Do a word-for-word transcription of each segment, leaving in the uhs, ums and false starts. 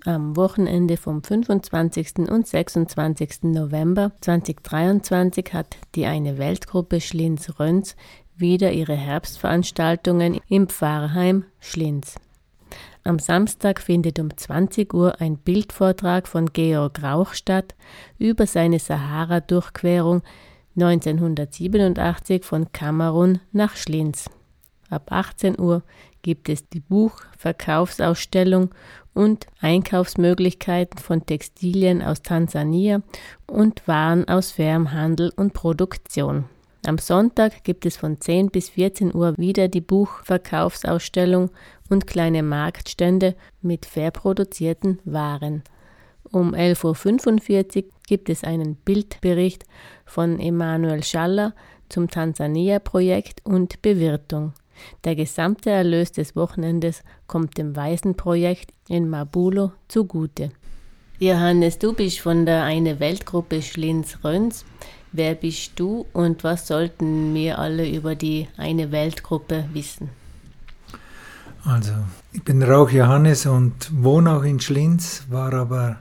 Am Wochenende vom fünfundzwanzigsten und sechsundzwanzigsten November zweitausenddreiundzwanzig hat die Eine Weltgruppe Schlinz-Röns wieder ihre Herbstveranstaltungen im Pfarrheim Schlinz. Am Samstag findet um zwanzig Uhr ein Bildvortrag von Georg Rauch statt über seine Sahara-Durchquerung neunzehnhundertsiebenundachtzig von Kamerun nach Schlinz. Ab achtzehn Uhr gibt es die Buchverkaufsausstellung und Einkaufsmöglichkeiten von Textilien aus Tansania und Waren aus fairem Handel und Produktion. Am Sonntag gibt es von zehn bis vierzehn Uhr wieder die Buchverkaufsausstellung und kleine Marktstände mit fair produzierten Waren. Um elf Uhr fünfundvierzig gibt es einen Bildbericht von Emanuel Schaller zum Tansania-Projekt und Bewirtung. Der gesamte Erlös des Wochenendes kommt dem Waisenprojekt in Mabulo zugute. Johannes, du bist von der Eine Weltgruppe Schlinz-Röns. Wer bist du und was sollten wir alle über die Eine Weltgruppe wissen? Also, ich bin Rauch Johannes und wohne auch in Schlinz, war aber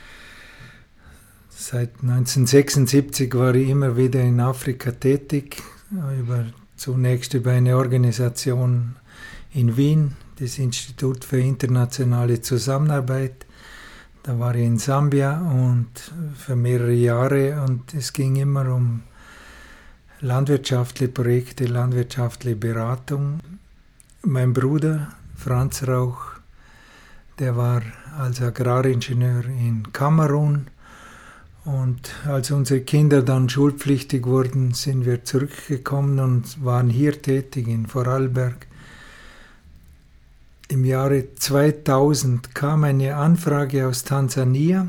seit neunzehnhundertsechsundsiebzig war ich immer wieder in Afrika tätig, über Zunächst über eine Organisation in Wien, das Institut für internationale Zusammenarbeit. Da war ich in Sambia und für mehrere Jahre und es ging immer um landwirtschaftliche Projekte, landwirtschaftliche Beratung. Mein Bruder Franz Rauch, der war als Agraringenieur in Kamerun. Und als unsere Kinder dann schulpflichtig wurden, sind wir zurückgekommen und waren hier tätig in Vorarlberg. Im Jahre zweitausend kam eine Anfrage aus Tansania.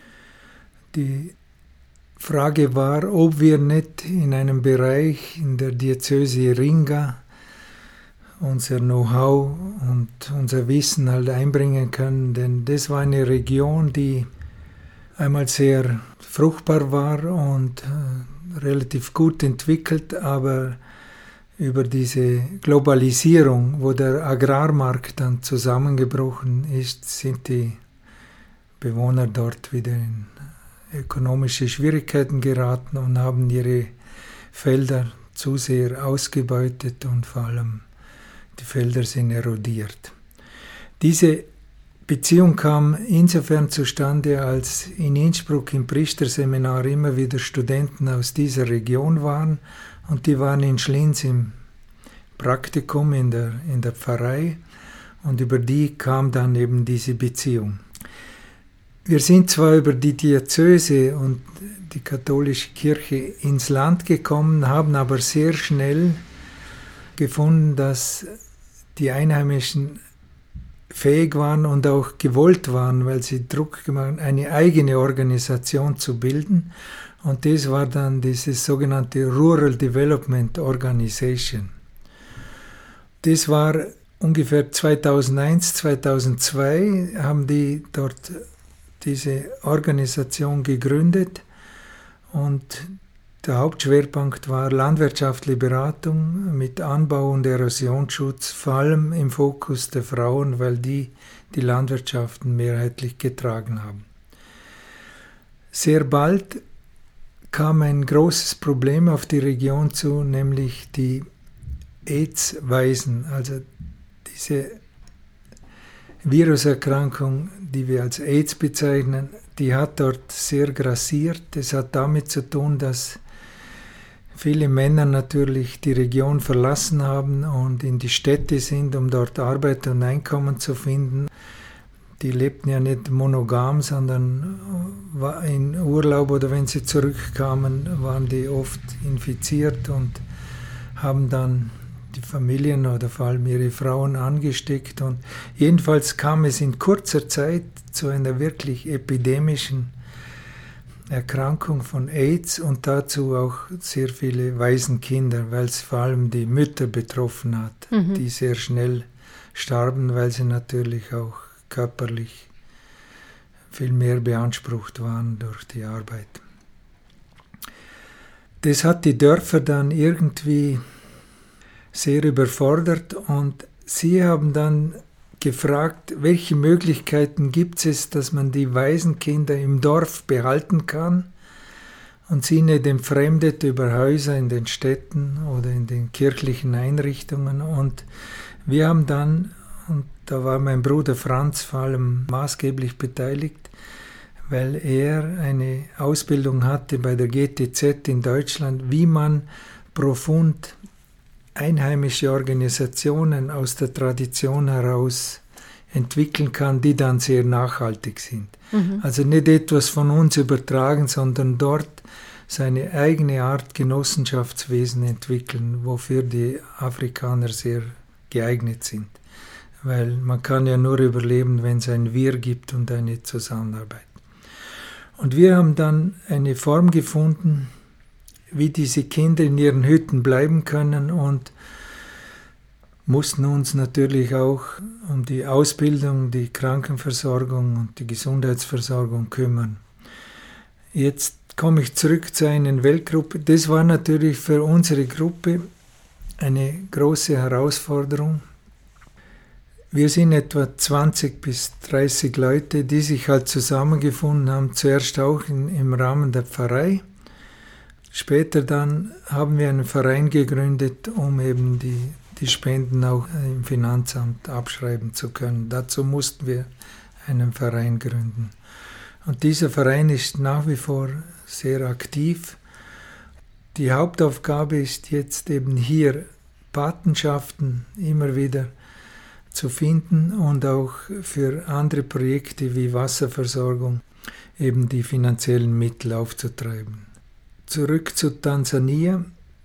Die Frage war, ob wir nicht in einem Bereich in der Diözese Iringa unser Know-how und unser Wissen halt einbringen können, denn das war eine Region, die einmal sehr fruchtbar war und äh, relativ gut entwickelt, aber über diese Globalisierung, wo der Agrarmarkt dann zusammengebrochen ist, sind die Bewohner dort wieder in ökonomische Schwierigkeiten geraten und haben ihre Felder zu sehr ausgebeutet und vor allem die Felder sind erodiert. Diese Beziehung kam insofern zustande, als in Innsbruck im Priesterseminar immer wieder Studenten aus dieser Region waren und die waren in Schlinz im Praktikum in der, in der Pfarrei und über die kam dann eben diese Beziehung. Wir sind zwar über die Diözese und die katholische Kirche ins Land gekommen, haben aber sehr schnell gefunden, dass die Einheimischen fähig waren und auch gewollt waren, weil sie Druck gemacht haben, eine eigene Organisation zu bilden. Und das war dann diese sogenannte Rural Development Organization. Das war ungefähr zweitausendeins, zweitausendzwei, haben die dort diese Organisation gegründet und der Hauptschwerpunkt war landwirtschaftliche Beratung mit Anbau- und Erosionsschutz, vor allem im Fokus der Frauen, weil die die Landwirtschaften mehrheitlich getragen haben. Sehr bald kam ein großes Problem auf die Region zu, nämlich die AIDS-Waisen, also diese Viruserkrankung, die wir als AIDS bezeichnen, die hat dort sehr grassiert. Das hat damit zu tun, dass viele Männer natürlich die Region verlassen haben und in die Städte sind, um dort Arbeit und Einkommen zu finden. Die lebten ja nicht monogam, sondern in Urlaub oder wenn sie zurückkamen, waren die oft infiziert und haben dann die Familien oder vor allem ihre Frauen angesteckt. Und jedenfalls kam es in kurzer Zeit zu einer wirklich epidemischen Erkrankung von AIDS und dazu auch sehr viele Waisenkinder, weil es vor allem die Mütter betroffen hat, mhm. die sehr schnell starben, weil sie natürlich auch körperlich viel mehr beansprucht waren durch die Arbeit. Das hat die Dörfer dann irgendwie sehr überfordert und sie haben dann gefragt, welche Möglichkeiten gibt es, dass man die Waisenkinder im Dorf behalten kann und sie nicht entfremdet über Häuser in den Städten oder in den kirchlichen Einrichtungen. Und wir haben dann, und da war mein Bruder Franz vor allem maßgeblich beteiligt, weil er eine Ausbildung hatte bei der G T Z in Deutschland, wie man profund einheimische Organisationen aus der Tradition heraus entwickeln kann, die dann sehr nachhaltig sind. Mhm. Also nicht etwas von uns übertragen, sondern dort seine eigene Art Genossenschaftswesen entwickeln, wofür die Afrikaner sehr geeignet sind. Weil man kann ja nur überleben, wenn es ein Wir gibt und eine Zusammenarbeit. Und wir haben dann eine Form gefunden, wie diese Kinder in ihren Hütten bleiben können und mussten uns natürlich auch um die Ausbildung, die Krankenversorgung und die Gesundheitsversorgung kümmern. Jetzt komme ich zurück zu einer Weltgruppe. Das war natürlich für unsere Gruppe eine große Herausforderung. Wir sind etwa zwanzig bis dreißig Leute, die sich halt zusammengefunden haben, zuerst auch in, im Rahmen der Pfarrei. Später dann haben wir einen Verein gegründet, um eben die, die Spenden auch im Finanzamt abschreiben zu können. Dazu mussten wir einen Verein gründen. Und dieser Verein ist nach wie vor sehr aktiv. Die Hauptaufgabe ist jetzt eben hier Patenschaften immer wieder zu finden und auch für andere Projekte wie Wasserversorgung eben die finanziellen Mittel aufzutreiben. Zurück zu Tansania.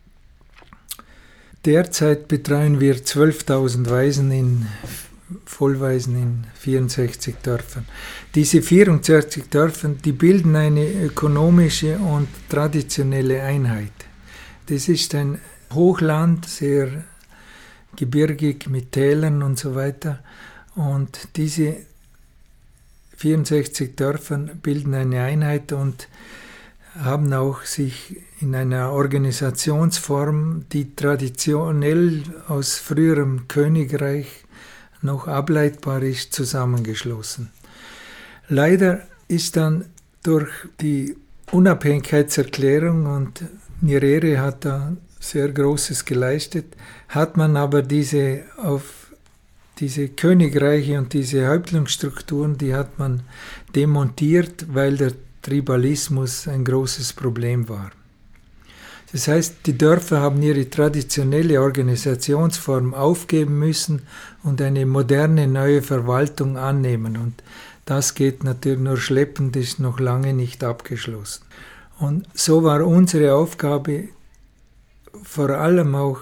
Derzeit betreuen wir zwölftausend Waisen in Vollwaisen in vierundsechzig Dörfern. Diese vierundsechzig Dörfer, die bilden eine ökonomische und traditionelle Einheit. Das ist ein Hochland, sehr gebirgig mit Tälern und so weiter. Und diese vierundsechzig Dörfer bilden eine Einheit und haben auch sich in einer Organisationsform, die traditionell aus früherem Königreich noch ableitbar ist, zusammengeschlossen. Leider ist dann durch die Unabhängigkeitserklärung, und Nyerere hat da sehr Großes geleistet, hat man aber diese auf diese Königreiche und diese Häuptlingsstrukturen, die hat man demontiert, weil der Tribalismus ein großes Problem war. Das heißt, die Dörfer haben ihre traditionelle Organisationsform aufgeben müssen und eine moderne neue Verwaltung annehmen. Und das geht natürlich nur schleppend, ist noch lange nicht abgeschlossen. Und so war unsere Aufgabe, vor allem auch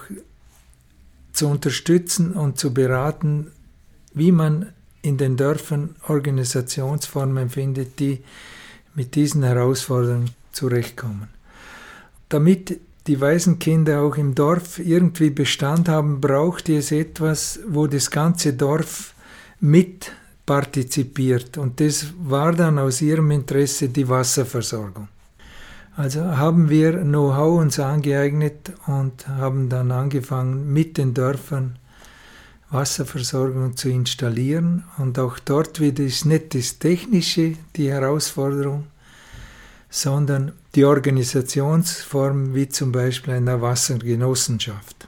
zu unterstützen und zu beraten, wie man in den Dörfern Organisationsformen findet, die mit diesen Herausforderungen zurechtkommen. Damit die Waisenkinder auch im Dorf irgendwie Bestand haben, braucht es etwas, wo das ganze Dorf mit partizipiert. Und das war dann aus ihrem Interesse die Wasserversorgung. Also haben wir Know-how uns angeeignet und haben dann angefangen, mit den Dörfern Wasserversorgung zu installieren. Und auch dort wieder ist nicht das Technische die Herausforderung, sondern die Organisationsform, wie zum Beispiel einer Wassergenossenschaft.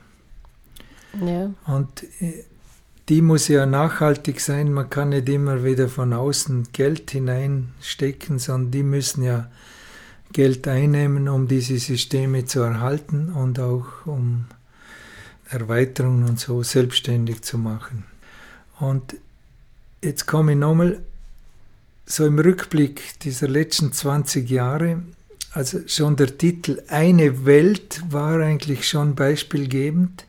Ja. Und die muss ja nachhaltig sein. Man kann nicht immer wieder von außen Geld hineinstecken, sondern die müssen ja Geld einnehmen, um diese Systeme zu erhalten und auch um Erweiterungen und so selbstständig zu machen. Und jetzt komme ich nochmal so im Rückblick dieser letzten zwanzig Jahre, also schon der Titel Eine Welt war eigentlich schon beispielgebend.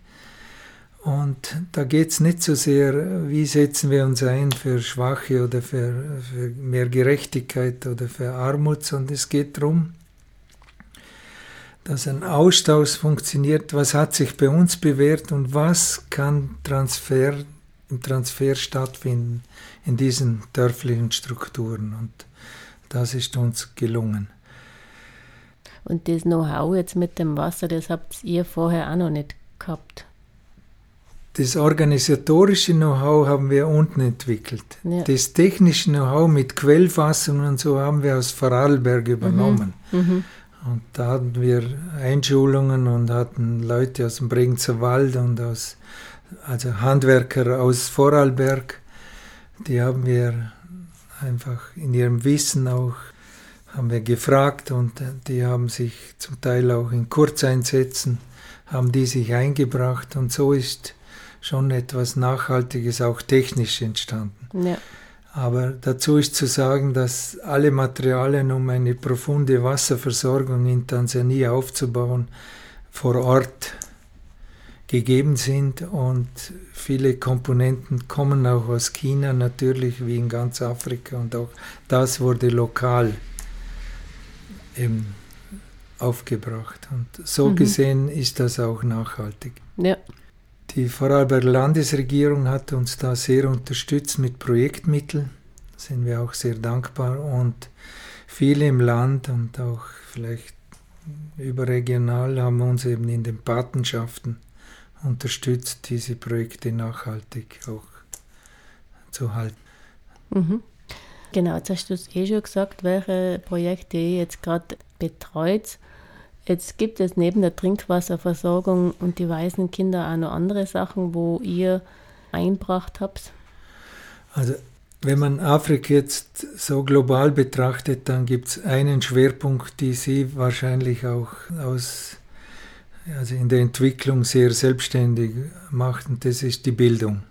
Und da geht es nicht so sehr, wie setzen wir uns ein für Schwache oder für, für mehr Gerechtigkeit oder für Armut, sondern es geht darum, dass ein Austausch funktioniert, was hat sich bei uns bewährt und was kann Transfer, im Transfer stattfinden in diesen dörflichen Strukturen. Und das ist uns gelungen. Und das Know-how jetzt mit dem Wasser, das habt ihr vorher auch noch nicht gehabt? Das organisatorische Know-how haben wir unten entwickelt. Ja. Das technische Know-how mit Quellfassungen und so haben wir aus Vorarlberg übernommen. Mhm. Mhm. Und da hatten wir Einschulungen und hatten Leute aus dem Bregenzer Wald und aus, also Handwerker aus Vorarlberg. Die haben wir einfach in ihrem Wissen auch haben wir gefragt und die haben sich zum Teil auch in Kurzeinsätzen, haben die sich eingebracht und so ist schon etwas Nachhaltiges, auch technisch entstanden. Ja. Aber dazu ist zu sagen, dass alle Materialien, um eine profunde Wasserversorgung in Tansania aufzubauen, vor Ort gegeben sind und viele Komponenten kommen auch aus China natürlich, wie in ganz Afrika und auch das wurde lokal eben aufgebracht und so mhm. gesehen ist das auch nachhaltig. Ja. Die Vorarlberger Landesregierung hat uns da sehr unterstützt mit Projektmitteln, da sind wir auch sehr dankbar und viele im Land und auch vielleicht überregional haben uns eben in den Patenschaften unterstützt, diese Projekte nachhaltig auch zu halten. Mhm. Genau, jetzt hast du es eh schon gesagt, welche Projekte ihr jetzt gerade betreut. Jetzt gibt es neben der Trinkwasserversorgung und die Waisenkinder auch noch andere Sachen, wo ihr eingebracht habt? Also wenn man Afrika jetzt so global betrachtet, dann gibt es einen Schwerpunkt, die Sie wahrscheinlich auch aus, also in der Entwicklung sehr selbstständig macht, und das ist die Bildung.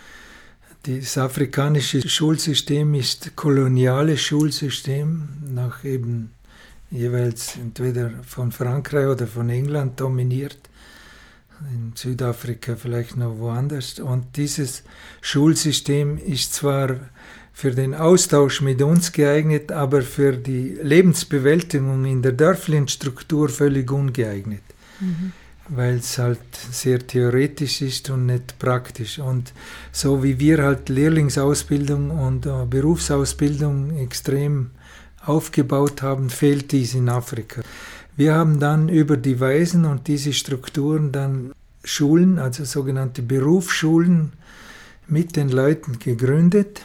Das afrikanische Schulsystem ist koloniales Schulsystem, nach eben jeweils entweder von Frankreich oder von England dominiert, in Südafrika vielleicht noch woanders. Und dieses Schulsystem ist zwar für den Austausch mit uns geeignet, aber für die Lebensbewältigung in der dörflichen Struktur völlig ungeeignet, mhm. weil es halt sehr theoretisch ist und nicht praktisch. Und so wie wir halt Lehrlingsausbildung und uh, Berufsausbildung extrem aufgebaut haben, fehlt dies in Afrika. Wir haben dann über die Waisen und diese Strukturen dann Schulen, also sogenannte Berufsschulen, mit den Leuten gegründet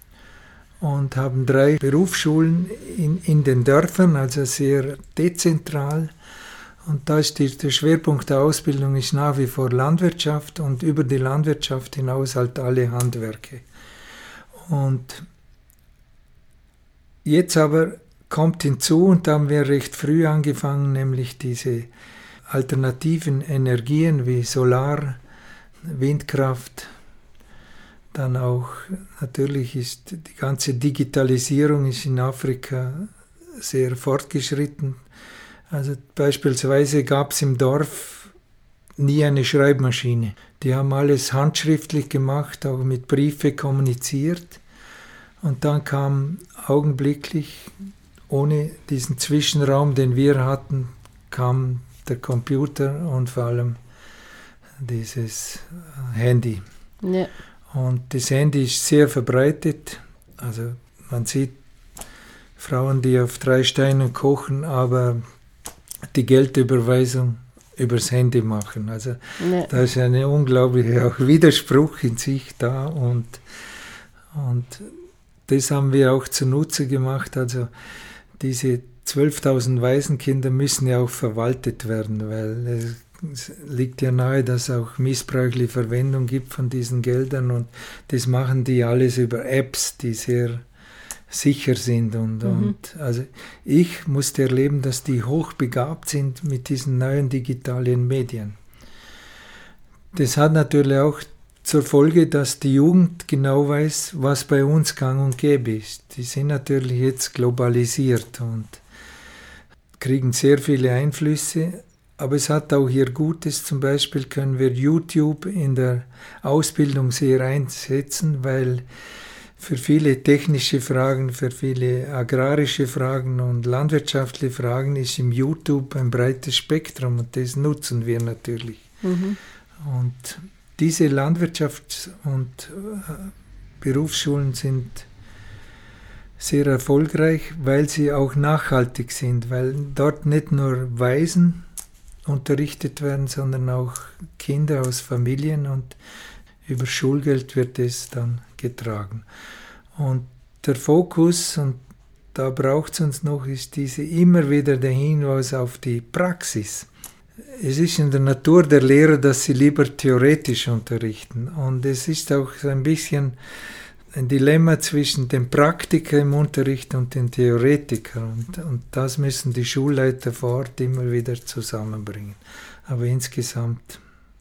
und haben drei Berufsschulen in, in den Dörfern, also sehr dezentral. Und da ist die, der Schwerpunkt der Ausbildung ist nach wie vor Landwirtschaft und über die Landwirtschaft hinaus halt alle Handwerke. Und jetzt aber kommt hinzu, und da haben wir recht früh angefangen, nämlich diese alternativen Energien wie Solar, Windkraft, dann auch natürlich ist die ganze Digitalisierung ist in Afrika sehr fortgeschritten. Also beispielsweise gab es im Dorf nie eine Schreibmaschine. Die haben alles handschriftlich gemacht, auch mit Briefe kommuniziert. Und dann kam augenblicklich, ohne diesen Zwischenraum, den wir hatten, kam der Computer und vor allem dieses Handy. Ja. Und das Handy ist sehr verbreitet. Also man sieht Frauen, die auf drei Steinen kochen, aber die Geldüberweisung übers Handy machen. Also ja. Da ist ein unglaublicher auch Widerspruch in sich da und, und das haben wir auch zunutze gemacht. Also diese zwölftausend Waisenkinder müssen ja auch verwaltet werden, weil es liegt ja nahe, dass es auch missbräuchliche Verwendung gibt von diesen Geldern und das machen die alles über Apps, die sehr sicher sind. Und, mhm. und also ich musste erleben, dass die hochbegabt sind mit diesen neuen digitalen Medien. Das hat natürlich auch zur Folge, dass die Jugend genau weiß, was bei uns gang und gäbe ist. Die sind natürlich jetzt globalisiert und kriegen sehr viele Einflüsse, aber es hat auch ihr Gutes. Zum Beispiel können wir YouTube in der Ausbildung sehr einsetzen, weil für viele technische Fragen, für viele agrarische Fragen und landwirtschaftliche Fragen ist im YouTube ein breites Spektrum und das nutzen wir natürlich. Mhm. Und diese Landwirtschafts- und Berufsschulen sind sehr erfolgreich, weil sie auch nachhaltig sind, weil dort nicht nur Waisen unterrichtet werden, sondern auch Kinder aus Familien und über Schulgeld wird es dann getragen. Und der Fokus, und da braucht es uns noch, ist diese immer wieder der Hinweis auf die Praxis. Es ist in der Natur der Lehrer, dass sie lieber theoretisch unterrichten. Und es ist auch so ein bisschen ein Dilemma zwischen dem Praktiker im Unterricht und den Theoretiker. Und, und das müssen die Schulleiter vor Ort immer wieder zusammenbringen. Aber insgesamt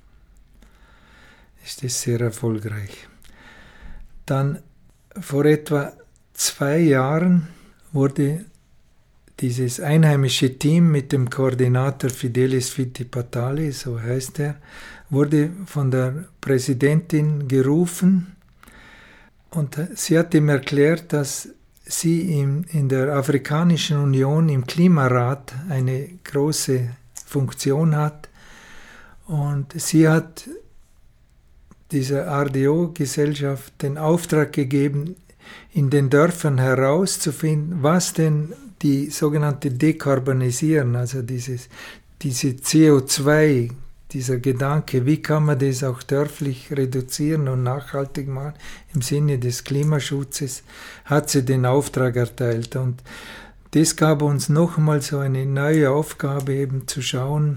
ist es sehr erfolgreich. Dann vor etwa zwei Jahren wurde dieses einheimische Team mit dem Koordinator Fidelis Fittipaldi, so heißt er, wurde von der Präsidentin gerufen und sie hat ihm erklärt, dass sie in, in der Afrikanischen Union im Klimarat eine große Funktion hat und sie hat dieser R D O-Gesellschaft den Auftrag gegeben, in den Dörfern herauszufinden, was denn die sogenannte Dekarbonisieren, also dieses, diese C O zwei, dieser Gedanke, wie kann man das auch dörflich reduzieren und nachhaltig machen im Sinne des Klimaschutzes, hat sie den Auftrag erteilt. Und das gab uns nochmal so eine neue Aufgabe, eben zu schauen,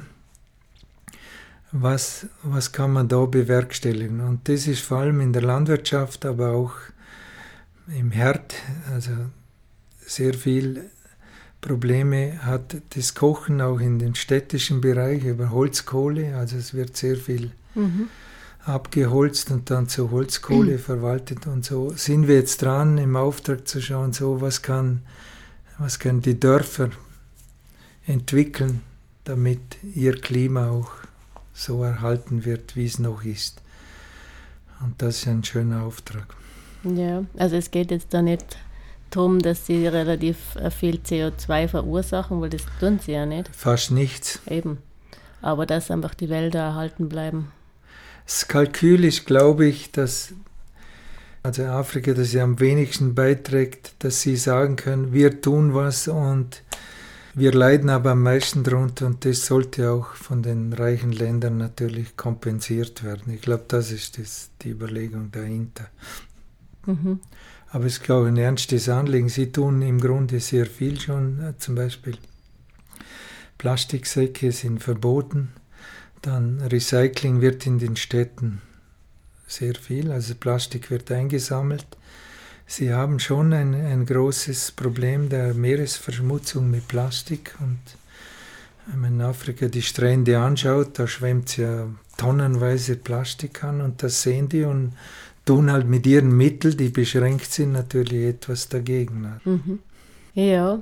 was, was kann man da bewerkstelligen. Und das ist vor allem in der Landwirtschaft, aber auch im Herd, also sehr viel Probleme hat das Kochen auch in den städtischen Bereich über Holzkohle, also es wird sehr viel mhm. abgeholzt und dann zu Holzkohle mhm. verwaltet und so sind wir jetzt dran, im Auftrag zu schauen, so was kann, was können die Dörfer entwickeln, damit ihr Klima auch so erhalten wird, wie es noch ist. Und das ist ein schöner Auftrag. Ja, also es geht jetzt da nicht darum, dass sie relativ viel C O zwei verursachen, weil das tun sie ja nicht. Fast nichts. Eben. Aber dass einfach die Wälder erhalten bleiben. Das Kalkül ist, glaube ich, dass also Afrika, das ja am wenigsten beiträgt, dass sie sagen können, wir tun was und wir leiden aber am meisten darunter und das sollte auch von den reichen Ländern natürlich kompensiert werden. Ich glaube, das ist das, die Überlegung dahinter. Mhm. Aber es ist, glaube ich, ein ernstes Anliegen. Sie tun im Grunde sehr viel schon. Zum Beispiel Plastiksäcke sind verboten. Dann Recycling wird in den Städten sehr viel. Also Plastik wird eingesammelt. Sie haben schon ein, ein großes Problem der Meeresverschmutzung mit Plastik. Und wenn man in Afrika die Strände anschaut, da schwemmt es ja tonnenweise Plastik an und das sehen die und tun halt mit ihren Mitteln, die beschränkt sind, natürlich etwas dagegen. Mhm. Ja.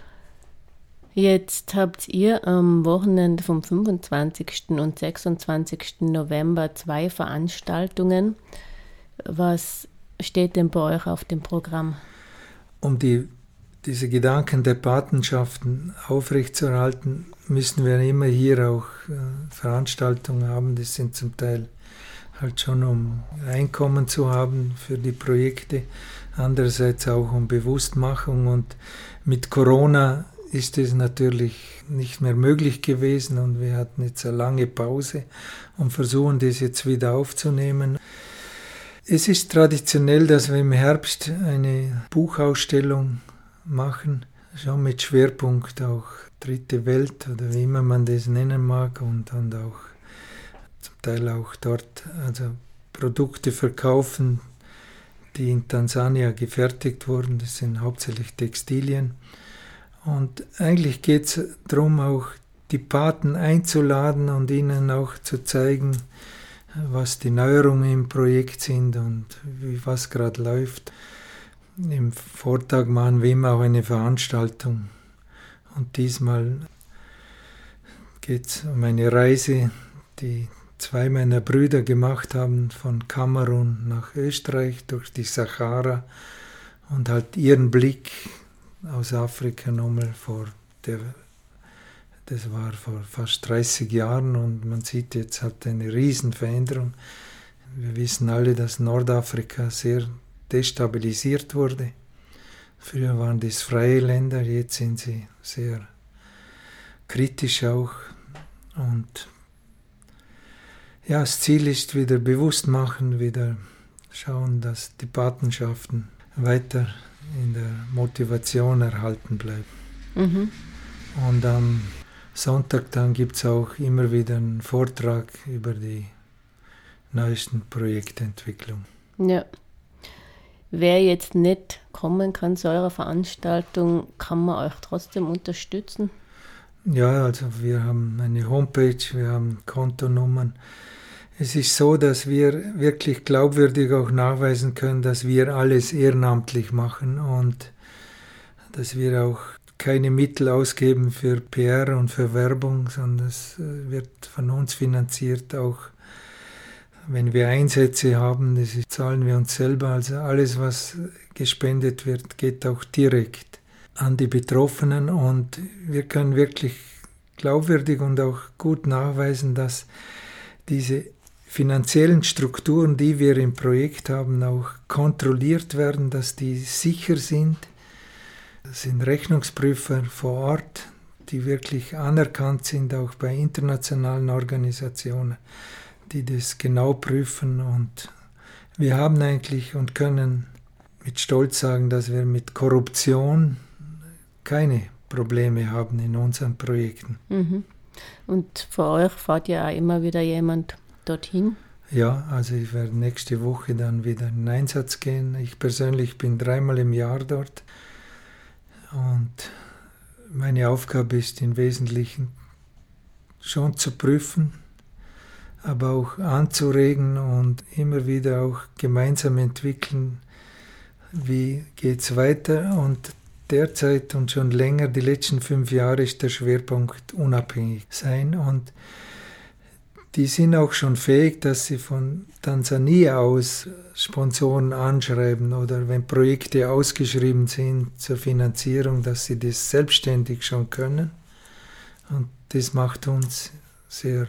Jetzt habt ihr am Wochenende vom fünfundzwanzigsten und sechsundzwanzigsten November zwei Veranstaltungen. Was steht denn bei euch auf dem Programm? Um die, diese Gedanken der Patenschaften aufrechtzuerhalten, müssen wir immer hier auch äh, Veranstaltungen haben. Das sind zum Teil halt schon, um Einkommen zu haben für die Projekte, andererseits auch um Bewusstmachung. Und mit Corona ist es natürlich nicht mehr möglich gewesen und wir hatten jetzt eine lange Pause und versuchen das jetzt wieder aufzunehmen. Es ist traditionell, dass wir im Herbst eine Buchausstellung machen, schon mit Schwerpunkt auch Dritte Welt oder wie immer man das nennen mag und, und auch zum Teil auch dort also Produkte verkaufen, die in Tansania gefertigt wurden. Das sind hauptsächlich Textilien. Und eigentlich geht es darum, auch die Paten einzuladen und ihnen auch zu zeigen, was die Neuerungen im Projekt sind und wie, was gerade läuft. Im Vortag machen wir immer auch eine Veranstaltung. Und diesmal geht es um eine Reise, die zwei meiner Brüder gemacht haben, von Kamerun nach Österreich durch die Sahara und halt ihren Blick aus Afrika nochmal vor der, das war vor fast dreißig Jahren und man sieht jetzt halt eine Riesenveränderung. Wir wissen alle, dass Nordafrika sehr destabilisiert wurde. Früher waren das freie Länder, jetzt sind sie sehr kritisch auch und ja, das Ziel ist wieder bewusst machen, wieder schauen, dass die Patenschaften weiter in der Motivation erhalten bleiben. Mhm. Und am Sonntag dann gibt es auch immer wieder einen Vortrag über die neuesten Projektentwicklung. Ja. Wer jetzt nicht kommen kann zu eurer Veranstaltung, kann man euch trotzdem unterstützen? Ja, also wir haben eine Homepage, wir haben Kontonummern. Es ist so, dass wir wirklich glaubwürdig auch nachweisen können, dass wir alles ehrenamtlich machen und dass wir auch keine Mittel ausgeben für P R und für Werbung, sondern es wird von uns finanziert. Auch wenn wir Einsätze haben, das zahlen wir uns selber. Also alles, was gespendet wird, geht auch direkt an die Betroffenen und wir können wirklich glaubwürdig und auch gut nachweisen, dass diese finanziellen Strukturen, die wir im Projekt haben, auch kontrolliert werden, dass die sicher sind. Das sind Rechnungsprüfer vor Ort, die wirklich anerkannt sind, auch bei internationalen Organisationen, die das genau prüfen. Und wir haben eigentlich und können mit Stolz sagen, dass wir mit Korruption keine Probleme haben in unseren Projekten. Mhm. Und für euch fährt ja auch immer wieder jemand dorthin? Ja, also ich werde nächste Woche dann wieder in den Einsatz gehen. Ich persönlich bin dreimal im Jahr dort. Und meine Aufgabe ist im Wesentlichen schon zu prüfen, aber auch anzuregen und immer wieder auch gemeinsam entwickeln, wie geht es weiter. Und derzeit und schon länger, die letzten fünf Jahre, ist der Schwerpunkt unabhängig sein. Und die sind auch schon fähig, dass sie von Tansania aus Sponsoren anschreiben oder wenn Projekte ausgeschrieben sind zur Finanzierung, dass sie das selbstständig schon können. Und das macht uns sehr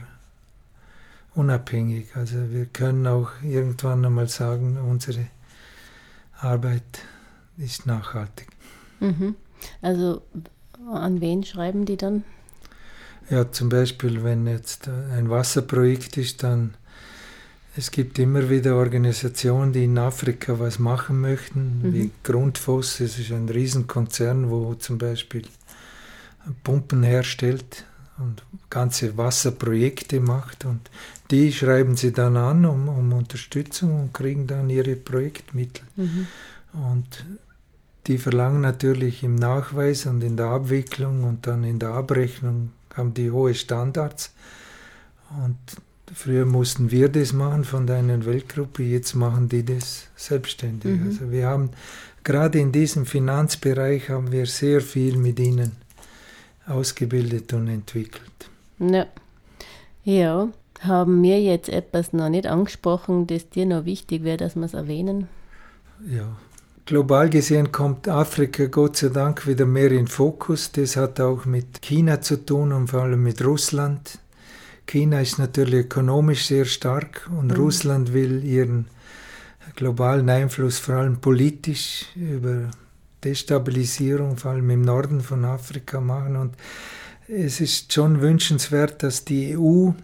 unabhängig. Also wir können auch irgendwann einmal sagen, unsere Arbeit ist nachhaltig. Mhm. Also an wen schreiben die dann? Ja, zum Beispiel, wenn jetzt ein Wasserprojekt ist, dann es gibt immer wieder Organisationen, die in Afrika was machen möchten, mhm. wie Grundfos, das ist ein Riesenkonzern, wo zum Beispiel Pumpen herstellt und ganze Wasserprojekte macht und die schreiben sie dann an um, um Unterstützung und kriegen dann ihre Projektmittel. Mhm. Und die verlangen natürlich im Nachweis und in der Abwicklung und dann in der Abrechnung haben die hohe Standards und früher mussten wir das machen von einer Weltgruppe, jetzt machen die das selbstständig. Mhm. Also wir haben gerade in diesem Finanzbereich haben wir sehr viel mit ihnen ausgebildet und entwickelt. Ja. Ja, haben wir jetzt etwas noch nicht angesprochen, das dir noch wichtig wäre, dass wir es erwähnen? Ja. Global gesehen kommt Afrika Gott sei Dank wieder mehr in Fokus. Das hat auch mit China zu tun und vor allem mit Russland. China ist natürlich ökonomisch sehr stark und mhm. Russland will ihren globalen Einfluss vor allem politisch über Destabilisierung, vor allem im Norden von Afrika machen. Und es ist schon wünschenswert, dass die E U,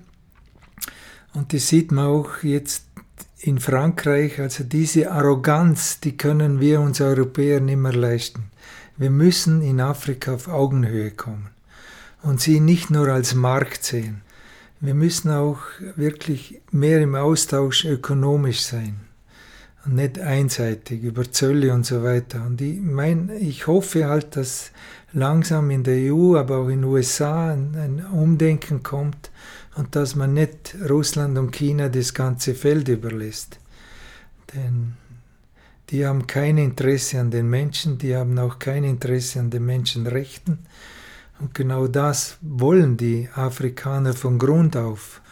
und das sieht man auch jetzt in Frankreich, also diese Arroganz, die können wir uns Europäer nicht mehr leisten. Wir müssen in Afrika auf Augenhöhe kommen und sie nicht nur als Markt sehen. Wir müssen auch wirklich mehr im Austausch ökonomisch sein und nicht einseitig über Zölle und so weiter. Und ich meine, ich hoffe halt, dass langsam in der E U, aber auch in den U S A ein, ein Umdenken kommt, und dass man nicht Russland und China das ganze Feld überlässt. Denn die haben kein Interesse an den Menschen, die haben auch kein Interesse an den Menschenrechten. Und genau das wollen die Afrikaner von Grund auf.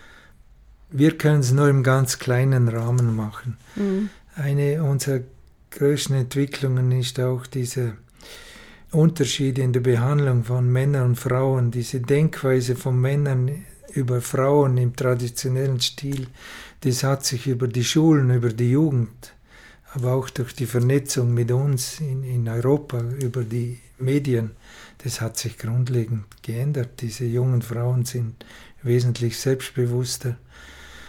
Wir können es nur im ganz kleinen Rahmen machen. Mhm. Eine unserer größten Entwicklungen ist auch dieser Unterschied in der Behandlung von Männern und Frauen, diese Denkweise von Männern über Frauen im traditionellen Stil, das hat sich über die Schulen, über die Jugend, aber auch durch die Vernetzung mit uns in, in Europa, über die Medien, das hat sich grundlegend geändert. Diese jungen Frauen sind wesentlich selbstbewusster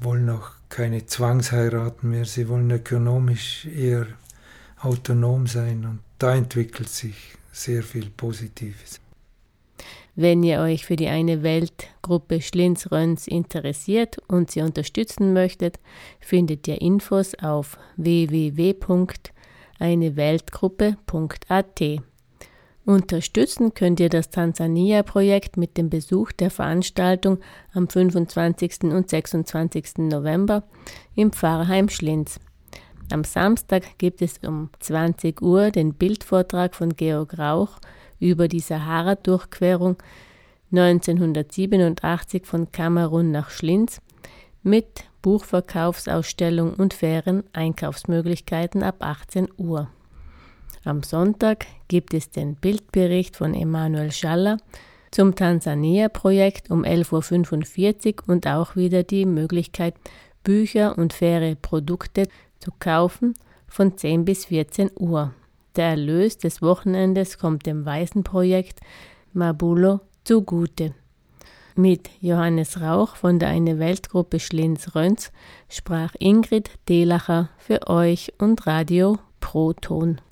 wollen auch keine Zwangsheiraten mehr, sie wollen ökonomisch eher autonom sein und da entwickelt sich sehr viel Positives. Wenn ihr euch für die Eine Welt-Gruppe Schlinz-Röns interessiert und sie unterstützen möchtet, findet ihr Infos auf w w w punkt eine weltgruppe punkt a t. Unterstützen könnt ihr das Tansania-Projekt mit dem Besuch der Veranstaltung am fünfundzwanzigsten und sechsundzwanzigsten November im Pfarrheim Schlinz. Am Samstag gibt es um zwanzig Uhr den Bildvortrag von Georg Rauch über die Sahara-Durchquerung neunzehnhundertsiebenundachtzig von Kamerun nach Schlinz mit Buchverkaufsausstellung und fairen Einkaufsmöglichkeiten ab achtzehn Uhr. Am Sonntag gibt es den Bildbericht von Emanuel Schaller zum Tansania-Projekt um elf Uhr fünfundvierzig und auch wieder die Möglichkeit, Bücher und faire Produkte zu kaufen von zehn bis vierzehn Uhr. Der Erlös des Wochenendes kommt dem Waisenprojekt Mabulo zugute. Mit Johannes Rauch von der Eine Weltgruppe Schlinz-Röns sprach Ingrid Delacher für euch und Radio Proton.